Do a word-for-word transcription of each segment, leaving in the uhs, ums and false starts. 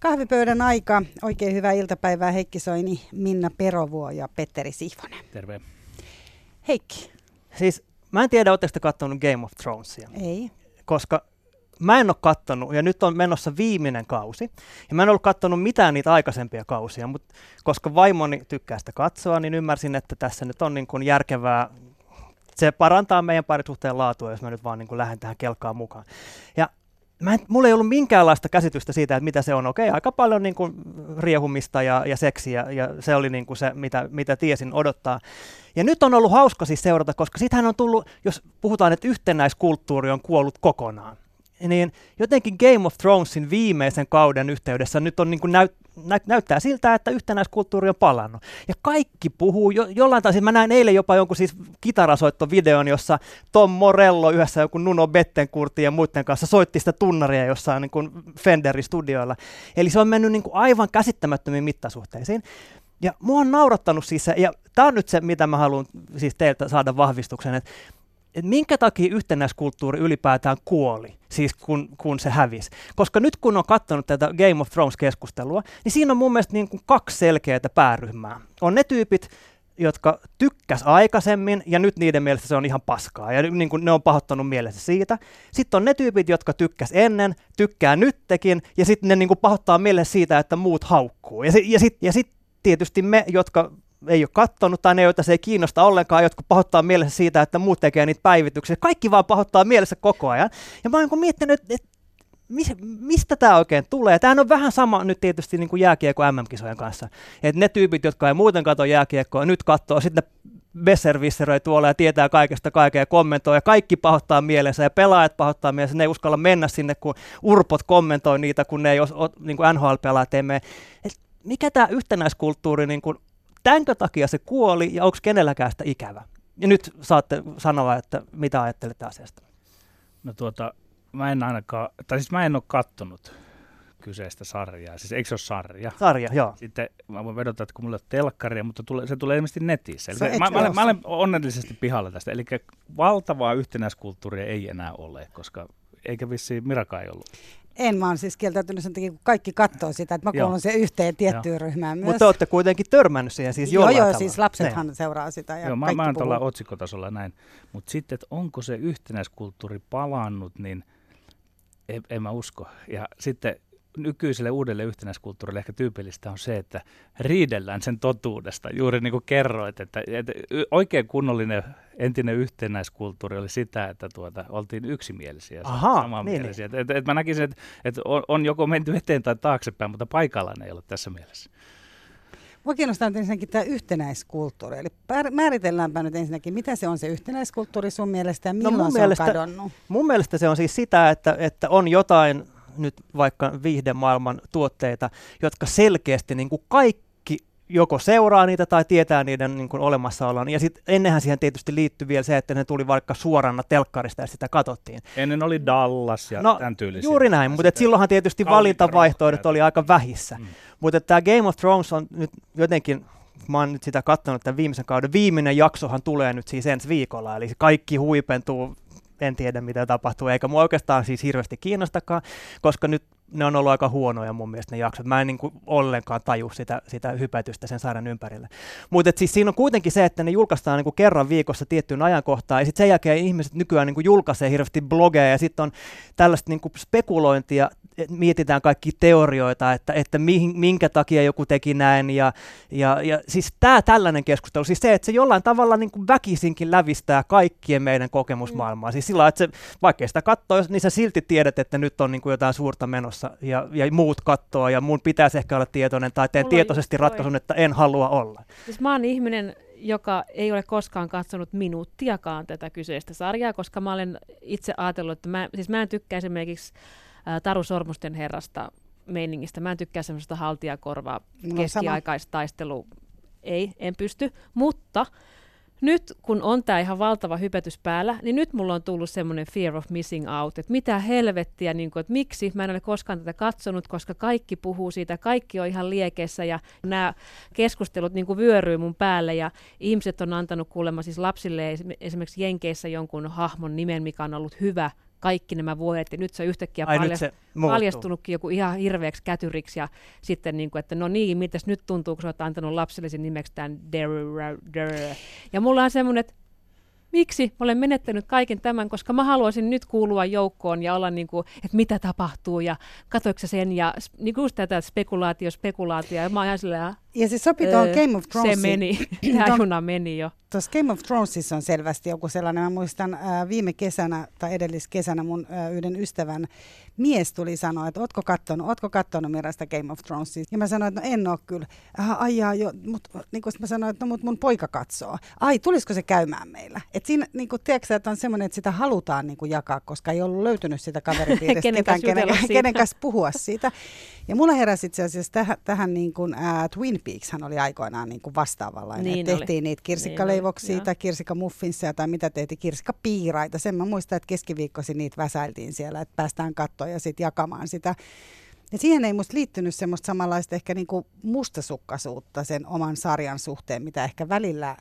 Kahvipöydän aika. Oikein hyvää iltapäivää Heikki Soini, Minna Perovuo ja Petteri Sihvonen. Terve. Heikki. Siis mä en tiedä, ootteko te kattonut Game of Thronesia? Ei. Koska mä en ole kattonut, ja nyt on menossa viimeinen kausi, ja mä en ollut kattonut mitään niitä aikaisempia kausia, mutta koska vaimoni tykkää sitä katsoa, niin ymmärsin, että tässä nyt on niin kuin järkevää, se parantaa meidän parisuhteen laatua, jos mä nyt vaan niin kuin lähden tähän kelkaan mukaan. Ja Mä en, mulla ei ollut minkäänlaista käsitystä siitä, että mitä se on. Okei, aika paljon niin kuin riehumista ja, ja seksiä, ja se oli niin kuin se, mitä, mitä tiesin odottaa. Ja nyt on ollut hauska siis seurata, koska siitähän on tullut, jos puhutaan, että yhtenäiskulttuuri on kuollut kokonaan, niin jotenkin Game of Thronesin viimeisen kauden yhteydessä nyt on niin kuin näyt, nä, näyttää siltä, että yhtenäiskulttuuri on palannut. Ja kaikki puhuu, jo, jollain tasolla, mä näin eilen jopa jonkun siis kitarasoittovideon, jossa Tom Morello yhdessä joku Nuno Bettencourtin ja muiden kanssa soitti sitä tunnaria jossain niin kuin Fenderin studioilla. Eli se on mennyt niin kuin aivan käsittämättömiin mittasuhteisiin. Ja mua on naurattanut siis se, ja tää on nyt se, mitä mä haluan siis teiltä saada vahvistuksen, että että minkä takia yhtenäiskulttuuri ylipäätään kuoli, siis kun, kun se hävisi. Koska nyt kun on katsonut tätä Game of Thrones-keskustelua, niin siinä on mun mielestä niin kuin kaksi selkeää pääryhmää. On ne tyypit, jotka tykkäs aikaisemmin, ja nyt niiden mielestä se on ihan paskaa, ja niin kuin ne on pahoittanut mielessä siitä. Sitten on ne tyypit, jotka tykkäs ennen, tykkää nyttekin, ja sitten ne niin kuin pahoittaa mielessä siitä, että muut haukkuu. Ja, ja sitten ja sit tietysti me, jotka ei ole kattonut tai ne, joita se ei kiinnosta ollenkaan, jotka pahoittaa mielessä siitä, että muut tekee niitä päivityksiä. Kaikki vaan pahoittaa mielessä koko ajan. Ja mä oon niin miettinyt, että et, mistä tämä oikein tulee. Tämähän on vähän sama nyt tietysti niin kuin jääkiekko M M-kisojen kanssa. Että ne tyypit, jotka ei muuten katso jääkiekkoa, nyt katsoo, sitten besservisseroi tuolla ja tietää kaikesta kaikkea ja kommentoi. Ja kaikki pahoittaa mielessä ja pelaajat pahoittaa mielessä. Ne ei uskalla mennä sinne, kun urpot kommentoi niitä, kun ne ei ole niin kuin N H L-pelaajat. Et mikä tämä yhtenäiskulttuuri niin kuin tänkö takia se kuoli ja onko kenelläkään sitä ikävä? Ja nyt saatte sanoa, että mitä ajattelette asiasta. No tuota, mä en ainakaan, tai siis mä en ole kattonut kyseistä sarjaa. Siis eikö se ole sarja? Sarja, joo. Sitten mä voin vedota, että kun mulla ei ole telkkaria, mutta tule, se tulee ilmeisesti netissä. Eli se, mä, mä, olen, mä olen onnellisesti pihalla tästä. Eli valtavaa yhtenäiskulttuuria ei enää ole, koska eikä vissiin Mirakaan ei ollut. En, mä oon siis kieltäytynyt sen takia, kun kaikki katsoo sitä, että mä kuulun se yhteen tiettyyn Joo. ryhmään myös. Mutta te olette kuitenkin törmännyt siihen siis jollain Joo, joo, tavalla. Siis lapsethan ne seuraa sitä ja Joo, kaikki mä, mä oon tuolla puhuu. otsikkotasolla näin. Mutta sitten, että onko se yhtenäiskulttuuri palannut, niin en, en mä usko. Ja sitten nykyiselle uudelle yhtenäiskulttuurille ehkä tyypillistä on se, että riidellään sen totuudesta. Juuri niin kuin kerroit, että, että oikein kunnollinen entinen yhtenäiskulttuuri oli sitä, että tuota, oltiin yksimielisiä, Aha, samanmielisiä. Niin, että, että mä näkisin, että, että on, on joko menty eteen tai taaksepäin, mutta paikallaan ei ole tässä mielessä. Mua kiinnostaa ensinnäkin tämä yhtenäiskulttuuri. Eli määritelläänpä nyt ensinnäkin, mitä se on se yhtenäiskulttuuri sun mielestä ja milloin no se mielestä, on kadonnut? Mun mielestä se on siis sitä, että, että on jotain nyt vaikka viihdemaailman tuotteita, jotka selkeästi niin kuin kaikki joko seuraa niitä tai tietää niiden niin kuin olemassaolon. Ja sitten ennenhän siihen tietysti liittyy vielä se, että ne tuli vaikka suorana telkkarista ja sitä katsottiin. Ennen oli Dallas ja no, tämän tyylisiä. Juuri näin, mutta silloinhan tietysti valintavaihtoehdot oli aika vähissä. Mm. Mutta tämä Game of Thrones on nyt jotenkin, mä oon nyt sitä katsonut tämän viimeisen kauden, viimeinen jaksohan tulee nyt siis ensi viikolla, eli kaikki huipentuu. En tiedä, mitä tapahtuu, eikä mua oikeastaan siis hirveästi kiinnostakaan, koska nyt ne on ollut aika huonoja mun mielestä ne jaksot. Mä en niin kuin ollenkaan taju sitä, sitä hypätystä sen sarjan ympärille. Mutta siis siinä on kuitenkin se, että ne julkaistaan niin kuin kerran viikossa tiettyyn ajankohtaan, ja sitten sen jälkeen ihmiset nykyään niin kuin julkaisee hirveästi blogeja, ja sitten on tällaista niin kuin spekulointia, mietitään kaikki teorioita, että, että minkä takia joku teki näin, ja, ja, ja siis tämä tällainen keskustelu, siis se, että se jollain tavalla niin kuin väkisinkin lävistää kaikkien meidän kokemusmaailmaa. Siis sillä, että se, vaikka sitä katsoo, niin sä silti tiedät, että nyt on niin kuin jotain suurta menossa, ja, ja muut katsoo, ja mun pitäisi ehkä olla tietoinen, tai teen Mulla tietoisesti ratkaisun, että en halua olla. Siis mä oon ihminen, joka ei ole koskaan katsonut minuuttiakaan tätä kyseistä sarjaa, koska mä olen itse ajatellut, että mä, siis mä en tykkää esimerkiksi ä, Taru Sormusten herrasta meiningistä. Mä en tykkää semmoista haltijakorvaa, no, keskiaikaistaistelu. Ei, en pysty, mutta nyt kun on tämä ihan valtava hypetys päällä, niin nyt mulla on tullut semmoinen fear of missing out, että mitä helvettiä, niin kuin, että miksi mä en ole koskaan tätä katsonut, koska kaikki puhuu siitä, kaikki on ihan liekeissä ja nämä keskustelut niin kuin vyöryy mun päälle ja ihmiset on antanut kuulemma siis lapsille esimerkiksi Jenkeissä jonkun hahmon nimen, mikä on ollut hyvä kaikki nämä vuodet, ja nyt se on yhtäkkiä Ai, paljast- nyt se muuttuu. paljastunutkin joku ihan hirveäksi kätyriksi, ja sitten niin kuin, että no niin, mitäs nyt tuntuu, kun sä oot antanut lapsellisen nimeksi tämän Derry. Ja mulla on semmoinen, että miksi mä olen menettänyt kaiken tämän, koska mä haluaisin nyt kuulua joukkoon ja olla niin kuin, että mitä tapahtuu ja katsoiko sen ja niin kuin just tätä spekulaatio, spekulaatio ja mä oon ihan silleen, Ja se sopii tuohon Game of Thronesiin. se meni, tämä juna meni jo. Tuossa Game of Thronesissa on selvästi joku sellainen, mä muistan ää, viime kesänä tai edelliskesänä mun ää, yhden ystävän mies tuli sanoa, että ootko kattonut, ootko kattonut Mirasta Game of Thronesia? Ja mä sanoin, että no en oo kyllä. Aha, ai jaa, jo, mut, niin kuin mä sanoin, että no mut mun poika katsoo. Ai, tulisiko se käymään meillä? Et siinä, niin kuin, tiedätkö, että on semmoinen, että sitä halutaan niin kuin jakaa, koska ei ollut löytynyt sitä kaveripiiristä Kenen ketään, kanssa kenen, jutella siitä. kenen kanssa puhua siitä. Ja mulla heräsi itse asiassa tähän, tähän niin kuin, ää, Twin Peakshan oli aikoinaan niin kuin vastaavanlainen. Niin tehtiin oli. niitä kirsikkaleivoksia Niin tai kirsikkamuffinsia tai mitä tehtiin, kirsikkapiiraita. Sen mä muistan, että keskiviikkoisin niitä väsäiltiin siellä, että päästään katsoa ja sitten jakamaan sitä. Ja siihen ei musta liittynyt semmoista samanlaista ehkä niinku mustasukkaisuutta sen oman sarjan suhteen, mitä ehkä välillä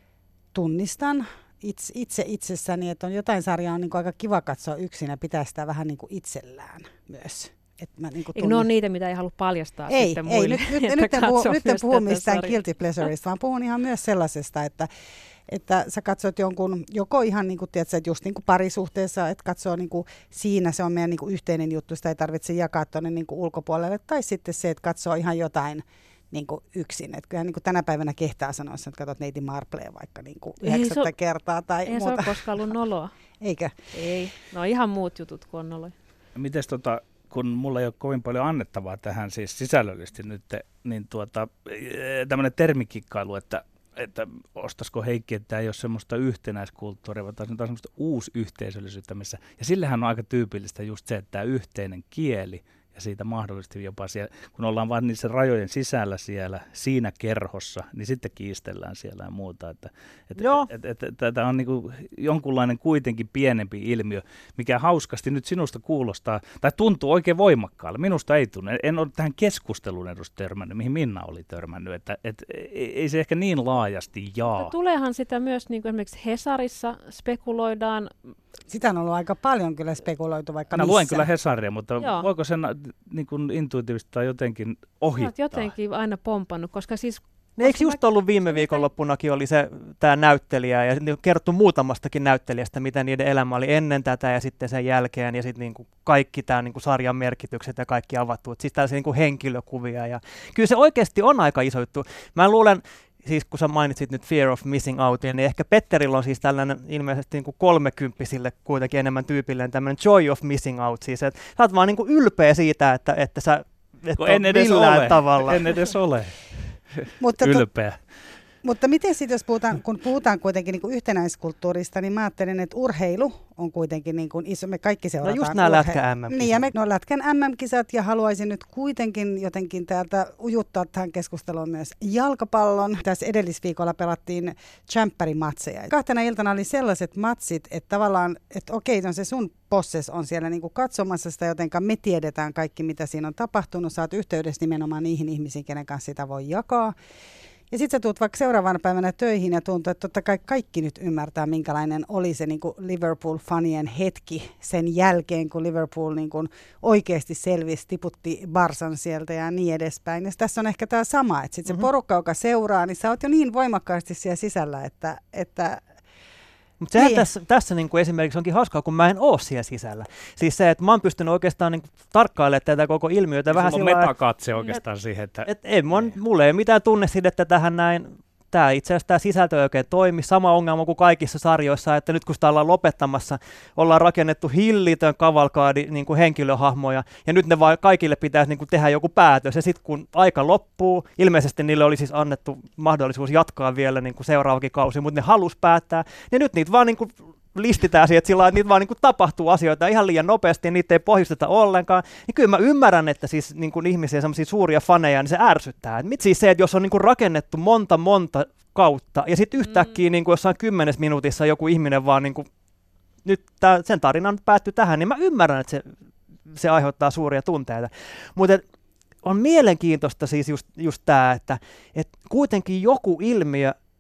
tunnistan itse, itse itsessäni, että on jotain sarjaa on niinku aika kiva katsoa yksin ja pitää sitä vähän niinku itsellään myös. Et mä niinku Eikö ne ole niitä, mitä ei halua paljastaa ei, sitten ei, muille? nyt, nyt, että nyt en puhu, katsoo nyt en myös puhu tätä mistään sarjaa. guilty pleasureista, vaan puhun ihan myös sellaisesta, että, että sä katsot jonkun, joko ihan niin kuin, tiedätkö, että just niin kuin parisuhteessa, että katsoo niin kuin siinä, se on meidän niin kuin yhteinen juttu, sitä ei tarvitse jakaa tuonne niin kuin ulkopuolelle, tai sitten se, että katsoo ihan jotain niin kuin yksin. Että kyllähän niin kuin tänä päivänä kehtaa sanoa, että katsot neiti Marpleja vaikka niin kuin yhdeksättä se, kertaa tai ei muuta. se ole koskaan ollut noloa. Eikö? Ei, no ihan muut jutut kuin on noloja. Mites tota, kun mulla ei ole kovin paljon annettavaa tähän siis sisällöllisesti nyt, niin tuota, tämmöinen termikikkailu, että, että ostaisiko Heikki, että tämä ei ole semmoista yhtenäiskulttuuria, vaan taas on semmoista uusyhteisöllisyyttä, missä, ja sillehän on aika tyypillistä just se, että tämä yhteinen kieli, ja siitä mahdollisesti jopa siellä, kun ollaan vain niissä rajojen sisällä siellä, siinä kerhossa, niin sitten kiistellään siellä ja muuta. Että, että, että, että, että tämä on niin kuin jonkunlainen kuitenkin pienempi ilmiö, mikä hauskasti nyt sinusta kuulostaa, tai tuntuu oikein voimakkaalle. Minusta ei tunne. En ole tähän keskusteluun edes törmännyt, mihin Minna oli törmännyt. Että, että ei se ehkä niin laajasti jaa. Mutta tuleehan sitä myös, niin kuin esimerkiksi Hesarissa spekuloidaan. Sitä on ollut aika paljon kyllä spekuloitu vaikka Minä missä. luen kyllä Hesaria, mutta Joo. voiko sen niin kuin intuitiivisesti tai jotenkin ohittaa? Olet jotenkin aina pompannut, koska siis... Ne eikö just ollut viime viikonloppunakin oli se tämä näyttelijä ja kerrottu muutamastakin näyttelijästä, mitä niiden elämä oli ennen tätä ja sitten sen jälkeen ja sitten niinku kaikki tämä niinku sarjan merkitykset ja kaikki avattu. Siis tällaisia niinku henkilökuvia ja kyllä se oikeasti on aika iso juttu. Mä luulen, siis kun sä mainitsit nyt Fear of Missing Out, niin ehkä Petterillä on siis tällainen ilmeisesti niin kuin kolmekymppisille kuitenkin enemmän tyypillinen tämmöinen Joy of Missing Out, siis että sä oot vaan niin kuin ylpeä siitä, että, että sä et en edes millään ole. tavalla. En edes ole Mutta to- ylpeä. Mutta miten sitten, jos puhutaan, kun puhutaan kuitenkin niin kuin yhtenäiskulttuurista, niin mä ajattelen, että urheilu on kuitenkin niin kuin iso, me kaikki seurataan. No just nämä urhe- lätkä M M-kisat. Niin, ja me, no lätkän M M-kisat, ja haluaisin nyt kuitenkin jotenkin täältä ujuttaa tähän keskusteluun myös jalkapallon. Tässä edellisviikolla pelattiin tsemppärimatseja. Kahtena iltana oli sellaiset matsit, että tavallaan, että okei, on se sun posses on siellä niin kuin katsomassa sitä, jotenka me tiedetään kaikki, mitä siinä on tapahtunut. Sä oot yhteydessä nimenomaan niihin ihmisiin, kenen kanssa sitä voi jakaa. Ja sitten sä tuut vaikka seuraavana päivänä töihin ja tuntuu, että totta kai kaikki nyt ymmärtää, minkälainen oli se niin kuin Liverpool-fanien hetki sen jälkeen, kun Liverpool niin kuin oikeasti selvisi, tiputti Barsan sieltä ja niin edespäin. Ja tässä on ehkä tämä sama, että sitten mm-hmm. se porukka, joka seuraa, niin sä oot jo niin voimakkaasti siellä sisällä, että... että Mutta sehän niin. tässä, tässä niin kuin esimerkiksi onkin hauskaa, kun mä en ole siellä sisällä. Siis se, että mä oon pystynyt oikeastaan niin kuin tarkkailemaan tätä koko ilmiötä vähän Sulla on sillä metakatse oikeastaan et, siihen, että... Et ei, mun, mulla ei ole mitään tunnesidettä tähän näin. Tämä itse asiassa tämä sisältö ei oikein toimi. Sama ongelma kuin kaikissa sarjoissa, että nyt kun sitä ollaan lopettamassa, ollaan rakennettu hillitön kavalkaadi niin kuin henkilöhahmoja, ja nyt ne vaan kaikille pitäisi niin kuin tehdä joku päätös, ja sitten kun aika loppuu, ilmeisesti niille oli siis annettu mahdollisuus jatkaa vielä niin kuin seuraavakin kausi, mutta ne halus päättää, ja nyt niitä vaan niin kuin listitään siihen, että sillä että niitä vaan niin kuin tapahtuu asioita ihan liian nopeasti ja niitä ei pohjusteta ollenkaan. Niin kyllä mä ymmärrän, että siis niin kuin ihmisiä, semmoisia suuria faneja, niin se ärsyttää. Mit siis se, että jos on niin kuin rakennettu monta monta kautta ja sitten yhtäkkiä mm. niin kuin jossain kymmenes minuutissa joku ihminen vaan niin kuin, nyt tää, sen tarinan päättyi tähän, niin mä ymmärrän, että se, se aiheuttaa suuria tunteita. Mutta on mielenkiintoista siis just, just tämä, että et kuitenkin joku ilmiö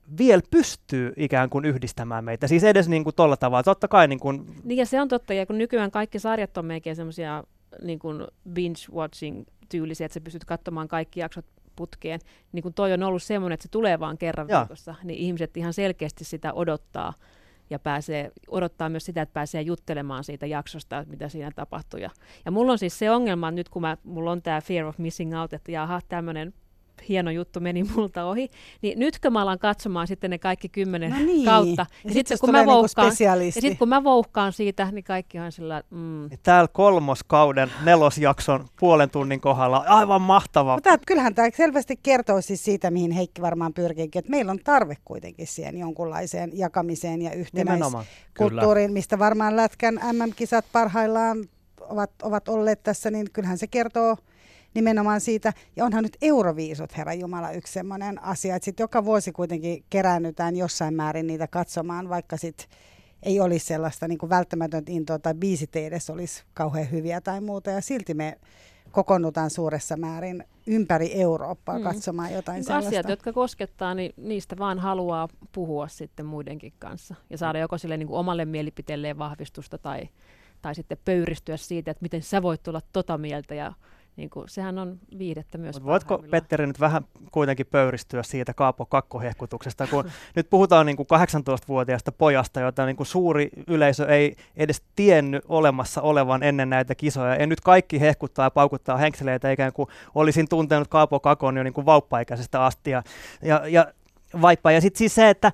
vielä pystyy ikään kuin yhdistämään meitä. Siis edes niin kuin tolla tavalla. Totta kai niin kuin... Niin ja se on totta, ja kun nykyään kaikki sarjat on melkein semmoisia niin kuin binge-watching-tyylisiä, että sä pystyt katsomaan kaikki jaksot putkeen, niin kun toi on ollut semmoinen, että se tulee vaan kerran Joo. viikossa, niin ihmiset ihan selkeästi sitä odottaa ja pääsee, odottaa myös sitä, että pääsee juttelemaan siitä jaksosta, että mitä siinä tapahtuu. Ja, ja mulla on siis se ongelma, nyt kun mä, mulla on tämä fear of missing out, että jaha, tämmöinen hieno juttu meni multa ohi, niin nytkö mä alan katsomaan sitten ne kaikki kymmenen no niin. kautta. Ja, Ja sitten sit kun, mä niinku vouhkaan, ja sit, kun mä vouhkaan siitä, niin kaikki on sillä mm. Täällä kolmoskauden nelosjakson puolen tunnin kohdalla aivan mahtava. Mutta kyllähän tämä selvästi kertoo siis siitä, mihin Heikki varmaan pyrkiikin, että meillä on tarve kuitenkin siihen jonkunlaiseen jakamiseen ja yhtenäiskulttuuriin, mistä varmaan Lätkän M M-kisat parhaillaan ovat, ovat olleet tässä, niin kyllähän se kertoo nimenomaan siitä, ja onhan nyt Euroviisut, herra Jumala, yksi semmoinen asia, että sitten joka vuosi kuitenkin keräännytään jossain määrin niitä katsomaan, vaikka sitten ei olisi sellaista niin kuin välttämätöntä intoa tai biisit ei edes olisi kauhean hyviä tai muuta, ja silti me kokoonnutaan suuressa määrin ympäri Eurooppaa mm. katsomaan jotain sellaista. Asiat, jotka koskettaa, niin niistä vaan haluaa puhua sitten muidenkin kanssa, ja saada joko sille niin kuin omalle mielipiteelleen vahvistusta, tai, tai sitten pöyristyä siitä, että miten sä voit tulla tota mieltä, ja niin kuin, sehän on viihdettä myös. Voitko, Petteri, nyt vähän kuitenkin pöyristyä siitä Kaapo kakkohehkutuksesta, kun nyt puhutaan niin kuin kahdeksantoistavuotiaasta pojasta, jota niin kuin suuri yleisö ei edes tiennyt olemassa olevan ennen näitä kisoja. Ja nyt kaikki hehkuttaa ja paukuttaa henkseleitä, ikään kuin olisin tuntenut Kaapo Kakon jo niin kuin vauppaikäisestä asti. Ja, ja, ja vaippaa. Ja sitten siis se, että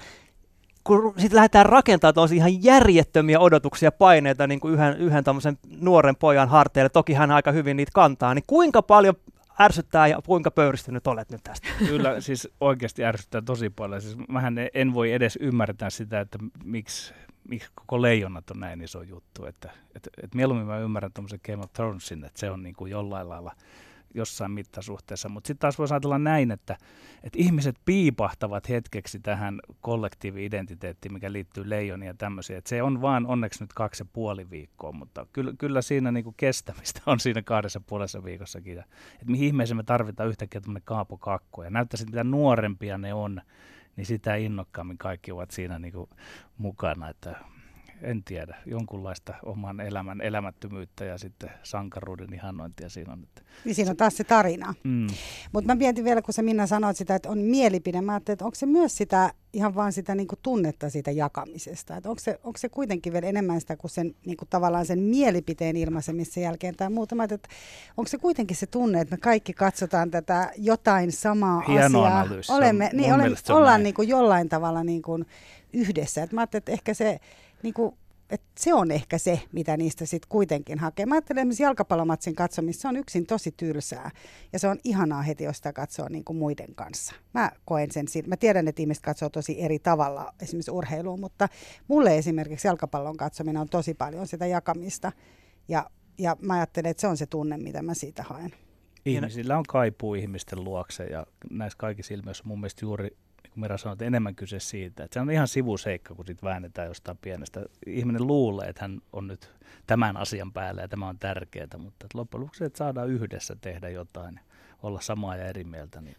kun sitten lähdetään rakentamaan tosi ihan järjettömiä odotuksia, paineita niin kuin yhden, yhden tämmöisen nuoren pojan harteille, toki hän aika hyvin niitä kantaa, niin kuinka paljon ärsyttää ja kuinka pöyristynyt olet nyt tästä? Kyllä, siis oikeasti ärsyttää tosi paljon. Siis mähän en voi edes ymmärtää sitä, että miksi, miksi koko Leijonat on näin iso juttu. Että, että, että mieluummin mä ymmärrän tuommoisen Game of Thronesin, että se on niin kuin jollain lailla jossain mittasuhteessa, mutta sitten taas voisi ajatella näin, että, että ihmiset piipahtavat hetkeksi tähän kollektiivi-identiteettiin, mikä liittyy leijoniin ja tämmöisiin, että se on vaan onneksi nyt kaksi ja puoli viikkoa, mutta kyllä, kyllä siinä niinku kestämistä on siinä kahdessa puolessa viikossakin, että mihin ihmeeseen me tarvitaan yhtäkkiä tämmöinen Kaapo Kakko, ja näyttäisi, että mitä nuorempia ne on, niin sitä innokkaammin kaikki ovat siinä niinku mukana, että en tiedä, jonkunlaista oman elämän elämättömyyttä ja sitten sankaruuden ihannointia siinä on. Että niin siinä on taas se tarina. Mm. Mutta mä mietin vielä, kun sä Minna sanoit sitä, että on mielipide, mä ajattelin, että onko se myös sitä, ihan vaan sitä niin kuin tunnetta siitä jakamisesta. Että onko se, onko se kuitenkin vielä enemmän sitä kuin sen, niin kuin tavallaan sen mielipiteen ilmaisemisen jälkeen tai muuta. Mä että onko se kuitenkin se tunne, että me kaikki katsotaan tätä jotain samaa hieno asiaa. Analyysi. Olemme, niin, olemme, on ollaan niin kuin jollain tavalla niin kuin yhdessä. Et mä ajattelin, että ehkä se niin kuin, että se on ehkä se, mitä niistä sitten kuitenkin hakee. Mä ajattelen esimerkiksi jalkapallomatsin katsomista, se on yksin tosi tylsää. Ja se on ihanaa heti, jos sitä katsoo niin kuin muiden kanssa. Mä koen sen, mä tiedän, että ihmiset katsoo tosi eri tavalla esimerkiksi urheiluun, mutta mulle esimerkiksi jalkapallon katsominen on tosi paljon sitä jakamista. Ja, ja mä ajattelen, että se on se tunne, mitä mä siitä haen. Ihmisillä on kaipuu ihmisten luokse ja näissä kaikissa ilmiöissä on mun mielestä juuri kun Mira sanoi, että enemmän kyse siitä, että se on ihan sivuseikka, kun sitten väännetään jostain pienestä. Ihminen luulee, että hän on nyt tämän asian päällä ja tämä on tärkeää, mutta loppujen lopuksi, että saadaan yhdessä tehdä jotain, olla samaa ja eri mieltä. Niin